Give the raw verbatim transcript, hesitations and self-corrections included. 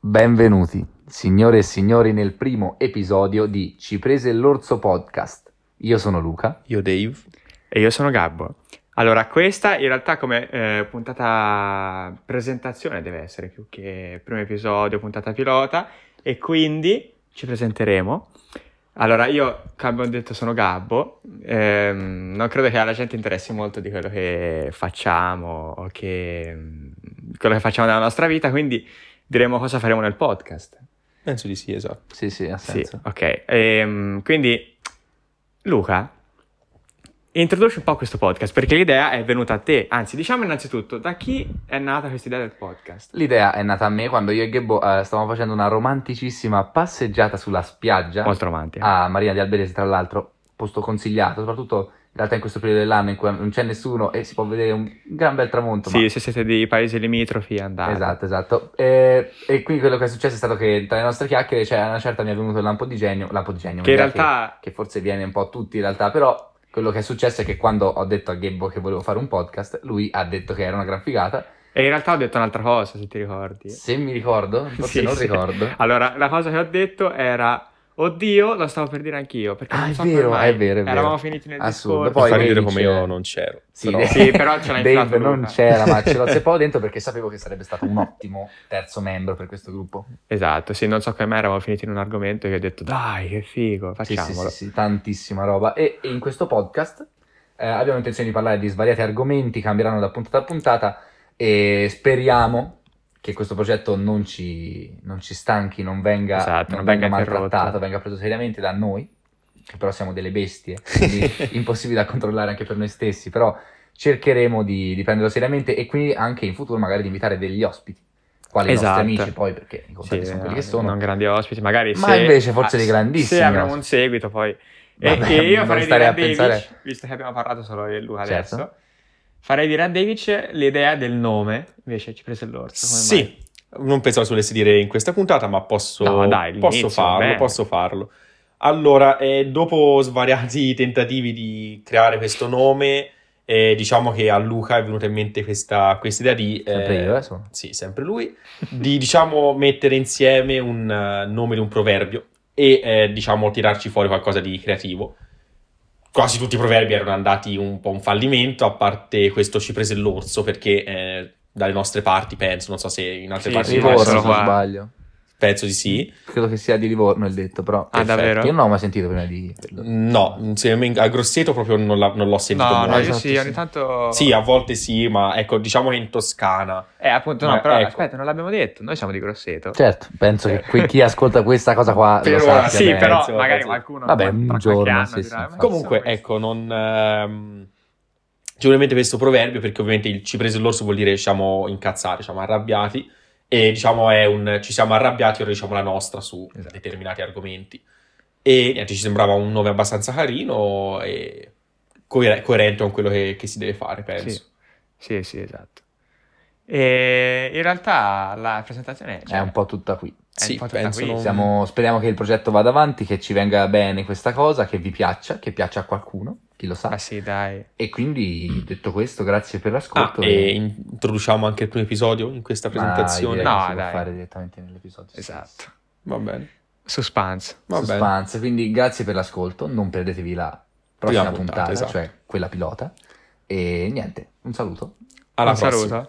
Benvenuti, signore e signori, nel primo episodio di Ci prese l'orso podcast. Io sono Luca. Io Dave. E io sono Gabbo. Allora, questa in realtà come eh, puntata presentazione deve essere più che primo episodio, puntata pilota, e quindi ci presenteremo. Allora, io, come abbiamo detto, sono Gabbo. Ehm, non credo che alla gente interessi molto di quello che facciamo o che quello che facciamo nella nostra vita, quindi diremo cosa faremo nel podcast. Penso di sì, esatto. Sì, sì, ha senso. Sì, ok. Ehm, quindi, Luca, introduci un po' questo podcast, perché l'idea è venuta a te. Anzi, diciamo innanzitutto, da chi è nata questa idea del podcast? L'idea è nata a me quando io e Gabbo eh, stavamo facendo una romanticissima passeggiata sulla spiaggia. Molto romantica. A Marina di Alberese, tra l'altro, posto consigliato, soprattutto in realtà in questo periodo dell'anno in cui non c'è nessuno e si può vedere un gran bel tramonto. Sì, ma... se siete di paesi limitrofi andate. Esatto, esatto. E, e quindi quello che è successo è stato che tra le nostre chiacchiere c'è una certa mi è venuto il lampo di genio, lampo di genio, Che in un'idea realtà... che, che forse viene un po' a tutti in realtà, però quello che è successo è che quando ho detto a Gabbo che volevo fare un podcast, lui ha detto che era una gran figata. E in realtà ho detto un'altra cosa, se ti ricordi. Se mi ricordo, forse Sì, non sì. ricordo. Allora, la cosa che ho detto era... Oddio, lo stavo per dire anch'io, perché Ah, non è so vero, come mai. è vero, è vero. Eravamo finiti nel Assurdo. discorso. Poi Per far Dave vedere come c'è- io non c'ero. Sì, Però- Dave- Sì, però ce l'ha inflato Dave non Luca. c'era, ma ce l'ho sepolto dentro perché sapevo che sarebbe stato un ottimo terzo membro per questo gruppo. Esatto, sì, non so come mai eravamo finiti in un argomento che ho detto, dai, che figo, Sì, sì, facciamolo. sì, sì, tantissima roba. E, e in questo podcast eh, abbiamo intenzione di parlare di svariati argomenti, cambieranno da puntata a puntata e speriamo che questo progetto non ci, non ci stanchi, non venga, Esatto, non non venga venga maltrattato, interrotto. venga preso seriamente da noi, che però siamo delle bestie, quindi impossibili da controllare anche per noi stessi, però cercheremo di, di prenderlo seriamente e quindi anche in futuro magari di invitare degli ospiti, quali i nostri Esatto. amici poi, perché i contatti Sì, sono quelli no, che sono. non grandi ospiti, magari Ma se... invece forse ah, dei grandissimi Se avremo ospiti. un seguito poi. E, Vabbè, e io non farei stare dire a a Davic, pensare- visto che abbiamo parlato solo io e Luca Certo. adesso, farei dire a Davic l'idea del nome, invece ci prese l'orso. come mai? Sì, non pensavo se volessi dire in questa puntata, ma posso, No, dai, posso l'inizio, farlo, bene. posso farlo. Allora, eh, dopo svariati tentativi di creare questo nome, eh, diciamo che a Luca è venuta in mente questa questa idea di... Sempre io, eh, sono. Sì, sempre lui. Di, diciamo, mettere insieme un eh, nome di un proverbio e, eh, diciamo, tirarci fuori qualcosa di creativo. Quasi tutti i proverbi erano andati un po' un fallimento, a parte questo ci prese l'orso, perché eh, dalle nostre parti, penso, non so se in altre Sì, parti sì, Livorno, diverse, se eccolo non qua. sbaglio. penso di sì. Credo che sia di Livorno il detto, però. Ah, Perfetto. davvero? Io non l'ho mai sentito prima di... No, se- a Grosseto proprio non, la- non l'ho sentito No, molto. no, io esatto, sì, sì. ogni tanto... Sì, a volte sì, ma ecco, diciamo che in Toscana... Eh, appunto, Ma no, però ecco. aspetta, non l'abbiamo detto, noi siamo di Grosseto. Certo, penso che qui- chi ascolta questa cosa qua Per lo ora sappia Sì, bene. però penso, magari penso. qualcuno Vabbè, tra un qualche giorno, anno sì, dirà, sì, "Ma Comunque, chi sono ecco, non... ehm, ci vuole in mente questo proverbio, perché ovviamente il ci prese l'orso vuol dire, diciamo, incazzati, diciamo, arrabbiati, e diciamo è un ci siamo arrabbiati, ora diciamo la nostra su Esatto. determinati argomenti. E niente, ci sembrava un nome abbastanza carino e coer- coerente con quello che, che si deve fare, penso. Sì, sì, sì, esatto. E in realtà la presentazione È un po' tutta qui. è Sì, un po' tutta penso qui. non- Siamo- speriamo che il progetto vada avanti, che ci venga bene questa cosa, che vi piaccia, che piaccia a qualcuno, chi lo sa. Ah sì, dai. E quindi, detto questo, grazie per Ah, l'ascolto. e introduciamo anche il primo episodio in questa Ma presentazione. direi che No, si può dai. fare direttamente nell'episodio. Esatto. Va bene. Suspense. Va bene. Suspense, quindi grazie per l'ascolto, non perdetevi la prossima Prima puntata, puntata, esatto. cioè quella pilota. E niente, un saluto. Alla Un prossima. saluto.